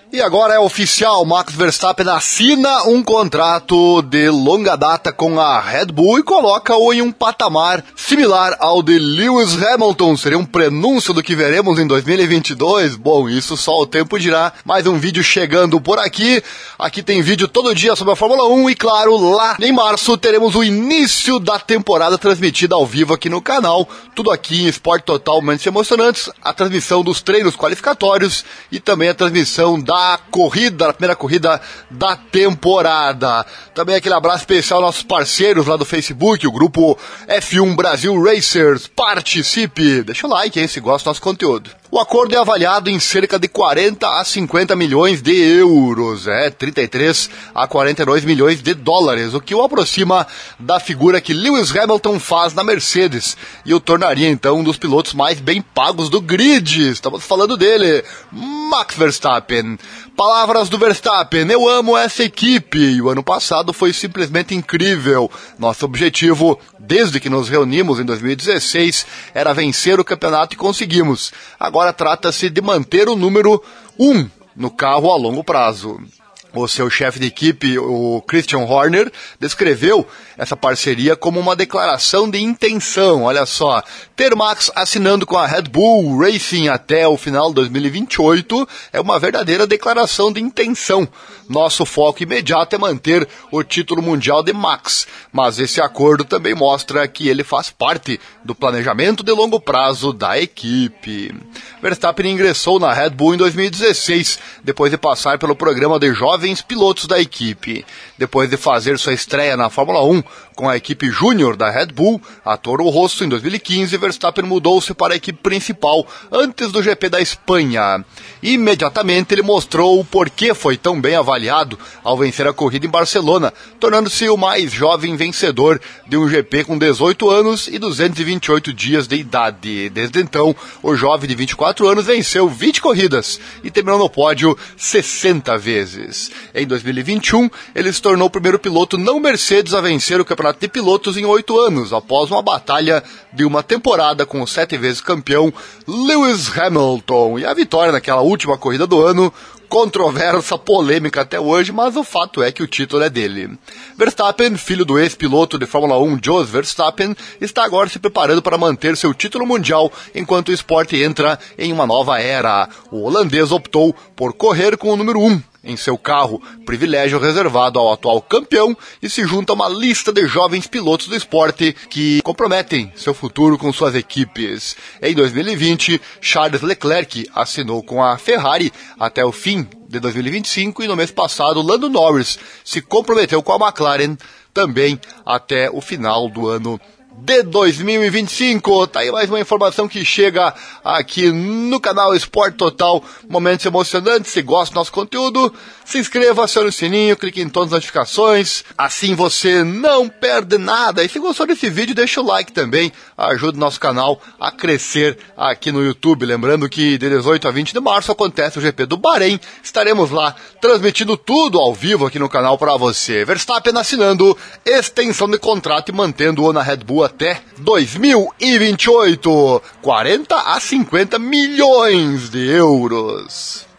E agora é oficial, Max Verstappen assina um contrato de longa data com a Red Bull e coloca-o em um patamar similar ao de Lewis Hamilton. Seria um prenúncio do que veremos em 2022? Bom, isso só o tempo dirá. Mais um vídeo chegando por aqui. Aqui tem vídeo todo dia sobre a Fórmula 1 e, claro, lá em março teremos o início da temporada transmitida ao vivo aqui no canal. Tudo aqui em esporte totalmente emocionantes. A transmissão dos treinos qualificatórios e também a transmissão da primeira corrida da temporada. Também aquele abraço especial aos nossos parceiros lá do Facebook, o grupo F1 Brasil Racers. Participe! Deixa o like aí se gosta do nosso conteúdo. O acordo é avaliado em cerca de 40 a 50 milhões de euros, 33 a 42 milhões de dólares, o que o aproxima da figura que Lewis Hamilton faz na Mercedes e o tornaria então um dos pilotos mais bem pagos do grid. Estamos falando dele, Max Verstappen. Palavras do Verstappen: eu amo essa equipe e o ano passado foi simplesmente incrível. Nosso objetivo, desde que nos reunimos em 2016, era vencer o campeonato e conseguimos. Agora trata-se de manter o número 1 no carro a longo prazo. O seu chefe de equipe, o Christian Horner, descreveu essa parceria como uma declaração de intenção. Olha só, ter Max assinando com a Red Bull Racing até o final de 2028 é uma verdadeira declaração de intenção. Nosso foco imediato é manter o título mundial de Max, mas esse acordo também mostra que ele faz parte do planejamento de longo prazo da equipe. Verstappen ingressou na Red Bull em 2016, depois de passar pelo programa de jovens pilotos da equipe. Depois de fazer sua estreia na Fórmula 1 com a equipe júnior da Red Bull, a Toro Rosso, em 2015, Verstappen mudou-se para a equipe principal antes do GP da Espanha. Imediatamente ele mostrou o porquê foi tão bem avaliado ao vencer a corrida em Barcelona, tornando-se o mais jovem vencedor de um GP com 18 anos e 228 dias de idade. Desde então, o jovem de 24 anos venceu 20 corridas e terminou no pódio 60 vezes. Em 2021, ele se tornou o primeiro piloto não Mercedes a vencer o campeonato de pilotos em 8 anos, após uma batalha de uma temporada com o 7 vezes campeão Lewis Hamilton. E a vitória naquela última corrida do ano, controversa, polêmica até hoje, mas o fato é que o título é dele. Verstappen, filho do ex-piloto de Fórmula 1 Jos Verstappen, está agora se preparando para manter seu título mundial enquanto o esporte entra em uma nova era. O holandês optou por correr com o número 1 em seu carro, privilégio reservado ao atual campeão, e se junta a uma lista de jovens pilotos do esporte que comprometem seu futuro com suas equipes. Em 2020, Charles Leclerc assinou com a Ferrari até o fim de 2025 e no mês passado Lando Norris se comprometeu com a McLaren também até o final do ano de 2025. Tá aí mais uma informação que chega aqui no canal Esporte Total. Momentos emocionantes. Se gosta do nosso conteúdo, se inscreva, acione o sininho, clique em todas as notificações. Assim você não perde nada. E se gostou desse vídeo, deixa o like também. Ajuda o nosso canal a crescer aqui no YouTube. Lembrando que de 18 a 20 de março acontece o GP do Bahrein. Estaremos lá transmitindo tudo ao vivo aqui no canal para você. Verstappen assinando extensão de contrato e mantendo-o na Red Bull até 2028. 40 a 50 milhões de euros.